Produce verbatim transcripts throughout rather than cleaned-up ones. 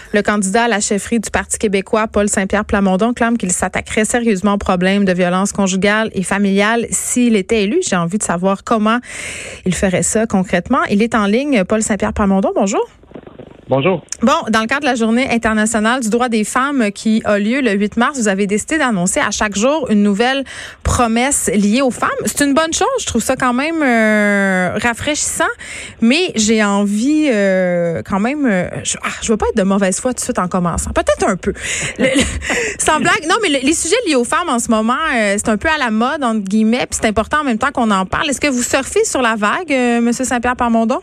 Le candidat à la chefferie du Parti québécois, Paul Saint-Pierre Plamondon, clame qu'il s'attaquerait sérieusement au problème de violence conjugale et familiale s'il était élu. J'ai envie de savoir comment il ferait ça concrètement. Il est en ligne, Paul Saint-Pierre Plamondon. Bonjour. Bonjour. Bon, dans le cadre de la Journée internationale du droit des femmes qui a lieu le huit mars, vous avez décidé d'annoncer à chaque jour une nouvelle promesse liée aux femmes. C'est une bonne chose, je trouve ça quand même euh, rafraîchissant, mais j'ai envie euh, quand même, euh, je, ah, je veux pas être de mauvaise foi tout de suite en commençant, peut-être un peu. Le, le, sans blague, non, mais le, les sujets liés aux femmes en ce moment, euh, c'est un peu à la mode, entre guillemets, puis c'est important en même temps qu'on en parle. Est-ce que vous surfez sur la vague, euh, M. Saint-Pierre Plamondon?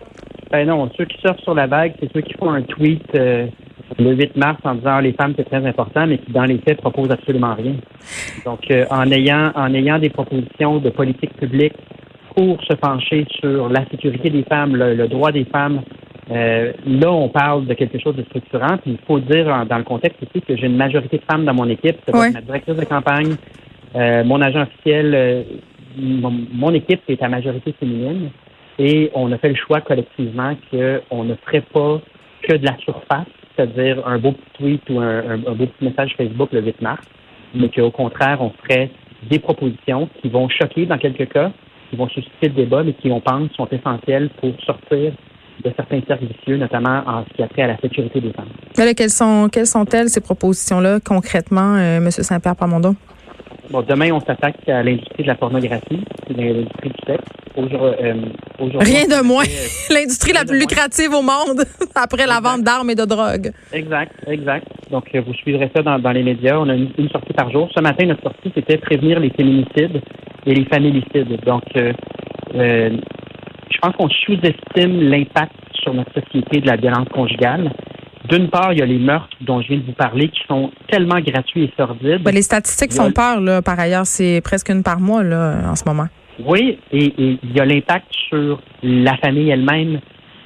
Ben non, ceux qui surfent sur la vague, c'est ceux qui font un tweet euh, le huit mars en disant les femmes c'est très important, mais qui dans les faits proposent absolument rien. Donc euh, en ayant en ayant des propositions de politique publique pour se pencher sur la sécurité des femmes, le, le droit des femmes, euh, là on parle de quelque chose de structurant. Puis il faut dire en, dans le contexte ici que j'ai une majorité de femmes dans mon équipe. C'est ouais. ma directrice de campagne, euh, mon agent officiel, euh, mon, mon équipe est à majorité féminine. Et on a fait le choix collectivement qu'on ne ferait pas que de la surface, c'est-à-dire un beau petit tweet ou un, un, un beau petit message Facebook le huit mars, mais qu'au contraire, on ferait des propositions qui vont choquer dans quelques cas, qui vont susciter le débat, mais qui, on pense, sont essentielles pour sortir de certains cercles vicieux, notamment en ce qui a trait à la sécurité des femmes. Alors, quelles sont, quelles sont-elles, ces propositions-là, concrètement, euh, M. Saint-Pierre Plamondon? Bon, demain, on s'attaque à l'industrie de la pornographie, l'industrie du sexe. Aujourd'hui, euh, aujourd'hui, Rien de moins. Euh, L'industrie la plus lucrative au monde après la vente d'armes et de drogue. Exact, exact. Donc, euh, vous suivrez ça dans, dans les médias. On a une, une sortie par jour. Ce matin, notre sortie, c'était prévenir les féminicides et les familicides. Donc, euh, euh, je pense qu'on sous-estime l'impact sur notre société de la violence conjugale. D'une part, il y a les meurtres dont je viens de vous parler qui sont tellement gratuits et sordides. Ben, les statistiques font peur, là. Par ailleurs, c'est presque une par mois, là, en ce moment. Oui, et, et il y a l'impact sur la famille elle-même,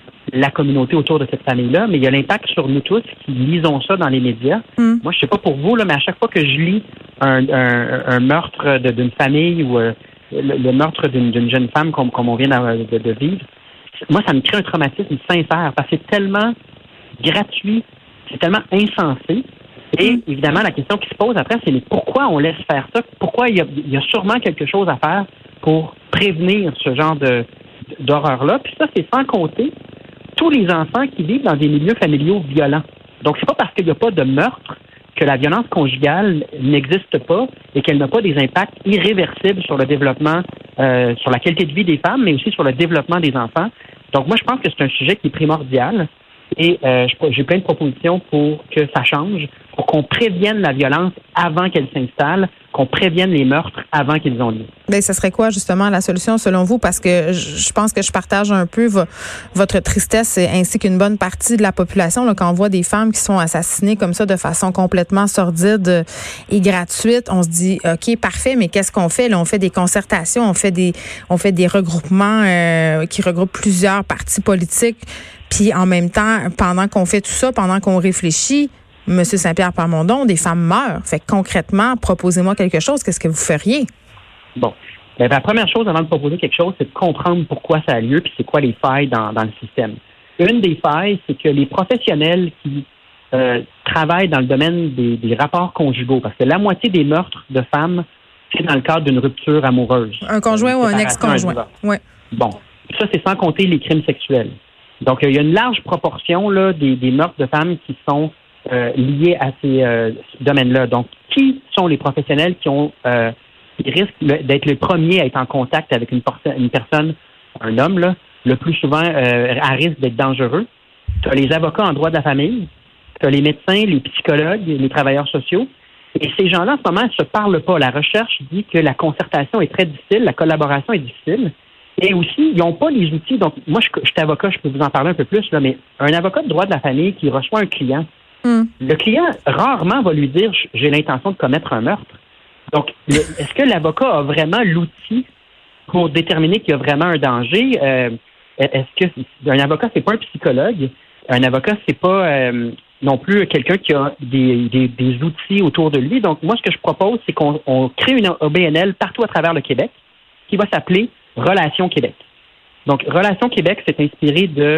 la communauté autour de cette famille-là, mais il y a l'impact sur nous tous qui lisons ça dans les médias. Mm. Moi, je sais pas pour vous, là, mais à chaque fois que je lis un, un, un meurtre de, d'une famille ou euh, le, le meurtre d'une, d'une jeune femme comme, comme on vient de, de vivre, moi, ça me crée un traumatisme sincère parce que c'est tellement gratuit, c'est tellement insensé. Et mm. évidemment, la question qui se pose après, c'est mais pourquoi on laisse faire ça? Pourquoi il y a, il y a sûrement quelque chose à faire pour prévenir ce genre de, d'horreur-là? Puis ça, c'est sans compter tous les enfants qui vivent dans des milieux familiaux violents. Donc, c'est pas parce qu'il n'y a pas de meurtre que la violence conjugale n'existe pas et qu'elle n'a pas des impacts irréversibles sur le développement, euh, sur la qualité de vie des femmes, mais aussi sur le développement des enfants. Donc, moi, je pense que c'est un sujet qui est primordial. Et euh, j'ai plein de propositions pour que ça change, pour qu'on prévienne la violence avant qu'elle s'installe, qu'on prévienne les meurtres avant qu'ils ont lieu. Bien, ça serait quoi justement la solution selon vous? Parce que je pense que je partage un peu vo- votre tristesse ainsi qu'une bonne partie de la population là, quand on voit des femmes qui sont assassinées comme ça de façon complètement sordide et gratuite. On se dit, OK, parfait, mais qu'est-ce qu'on fait? Là, on fait des concertations, on fait des, on fait des regroupements euh, qui regroupent plusieurs partis politiques. Puis en même temps, pendant qu'on fait tout ça, pendant qu'on réfléchit, M. Saint-Pierre Plamondon, des femmes meurent. Fait que concrètement, proposez-moi quelque chose. Qu'est-ce que vous feriez? Bon. Bien, la première chose avant de proposer quelque chose, c'est de comprendre pourquoi ça a lieu puis c'est quoi les failles dans, dans le système. Une des failles, c'est que les professionnels qui euh, travaillent dans le domaine des, des rapports conjugaux, parce que la moitié des meurtres de femmes, c'est dans le cadre d'une rupture amoureuse. Un conjoint ou un ex-conjoint. Un ouais. Bon. Ça, c'est sans compter les crimes sexuels. Donc, il y a une large proportion là, des, des meurtres de femmes qui sont euh, liés à ces euh, domaines-là. Donc, qui sont les professionnels qui ont euh, qui risquent d'être les premiers à être en contact avec une, por- une personne, un homme, là, le plus souvent euh, à risque d'être dangereux? Tu as les avocats en droit de la famille, tu as les médecins, les psychologues, les travailleurs sociaux. Et ces gens-là, en ce moment, ne se parlent pas. La recherche dit que la concertation est très difficile, la collaboration est difficile. Et aussi, ils n'ont pas les outils. Donc, moi, je, je suis avocat, je peux vous en parler un peu plus, là, mais un avocat de droit de la famille qui reçoit un client, mm. le client, rarement, va lui dire « j'ai l'intention de commettre un meurtre ». Donc, le, est-ce que l'avocat a vraiment l'outil pour déterminer qu'il y a vraiment un danger? Euh, est-ce que un avocat, c'est pas un psychologue? Un avocat, c'est pas euh, non plus quelqu'un qui a des, des, des outils autour de lui. Donc, moi, ce que je propose, c'est qu'on on crée une O B N L partout à travers le Québec qui va s'appeler Relations Québec. Donc, Relations Québec, c'est inspiré de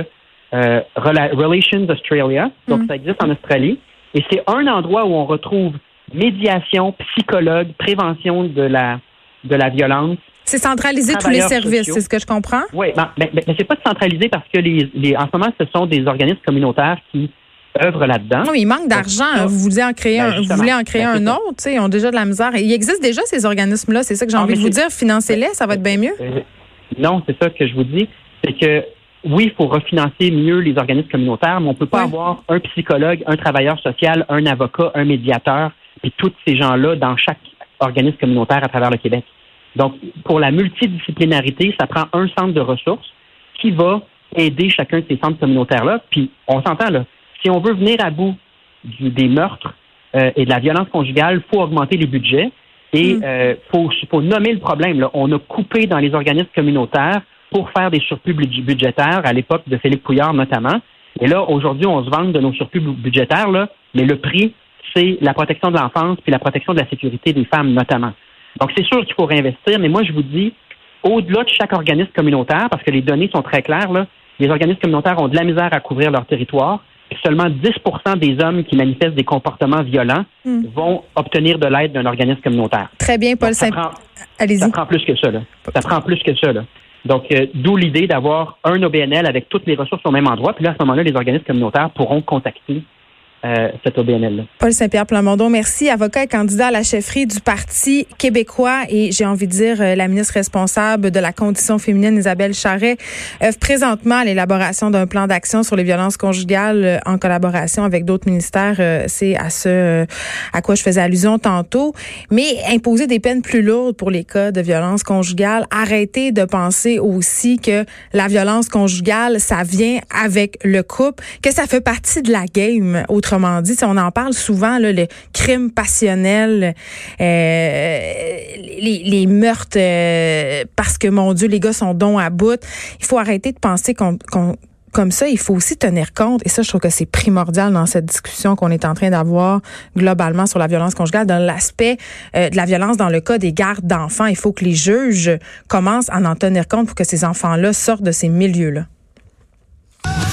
euh, Relations Australia, donc mm. ça existe en Australie, et c'est un endroit où on retrouve médiation, psychologue, prévention de la de la violence. C'est centralisé tous les services, sociaux. C'est ce que je comprends? Oui, mais, mais, mais c'est pas centralisé parce que les, les en ce moment, ce sont des organismes communautaires qui œuvrent là-dedans. Non, il manque d'argent. Vous voulez en créer ben, un, vous voulez en créer ben, un autre, tu sais, ils ont déjà de la misère. Il existe déjà ces organismes-là, c'est ça que j'ai ah, envie de vous dire. Financez-les, ça va être bien mieux. Euh, non, c'est ça que je vous dis. C'est que oui, il faut refinancer mieux les organismes communautaires, mais on peut pas ouais. avoir un psychologue, un travailleur social, un avocat, un médiateur, et tous ces gens-là dans chaque organisme communautaire à travers le Québec. Donc, pour la multidisciplinarité, ça prend un centre de ressources qui va aider chacun de ces centres communautaires-là. Puis, on s'entend, là, si on veut venir à bout du, des meurtres euh, et de la violence conjugale, il faut augmenter les budgets et il mm. euh, faut, faut nommer le problème. Là. On a coupé dans les organismes communautaires pour faire des surplus budgétaires, à l'époque de Philippe Couillard notamment. Et là, aujourd'hui, on se vante de nos surplus budgétaires, là, mais le prix, c'est la protection de l'enfance puis la protection de la sécurité des femmes notamment. Donc, c'est sûr qu'il faut réinvestir, mais moi, je vous dis, au-delà de chaque organisme communautaire, parce que les données sont très claires, là, les organismes communautaires ont de la misère à couvrir leur territoire. Et seulement dix pour cent des hommes qui manifestent des comportements violents mm. vont obtenir de l'aide d'un organisme communautaire. Très bien, Paul Saint... prend, Allez-y. Ça prend plus que ça, là. Ça prend plus que ça, là. Donc, euh, d'où l'idée d'avoir un O B N L avec toutes les ressources au même endroit. Puis là, à ce moment-là, les organismes communautaires pourront contacter Euh, cet O B N L-là. Paul Saint-Pierre Plamondon, merci. Avocat et candidat à la chefferie du Parti québécois et j'ai envie de dire la ministre responsable de la condition féminine, Isabelle Charest, œuvre présentement à l'élaboration d'un plan d'action sur les violences conjugales en collaboration avec d'autres ministères. C'est à ce à quoi je faisais allusion tantôt. Mais imposer des peines plus lourdes pour les cas de violence conjugale, arrêter de penser aussi que la violence conjugale, ça vient avec le couple, que ça fait partie de la game. Autrement Autrement dit, on en parle souvent, là, le crime passionnel, euh, les, les meurtres, euh, parce que, mon Dieu, les gars sont dons à bout. Il faut arrêter de penser qu'on, qu'on comme ça, il faut aussi tenir compte, et ça, je trouve que c'est primordial dans cette discussion qu'on est en train d'avoir globalement sur la violence conjugale, dans l'aspect euh, de la violence dans le cas des gardes d'enfants. Il faut que les juges commencent à en tenir compte pour que ces enfants-là sortent de ces milieux-là.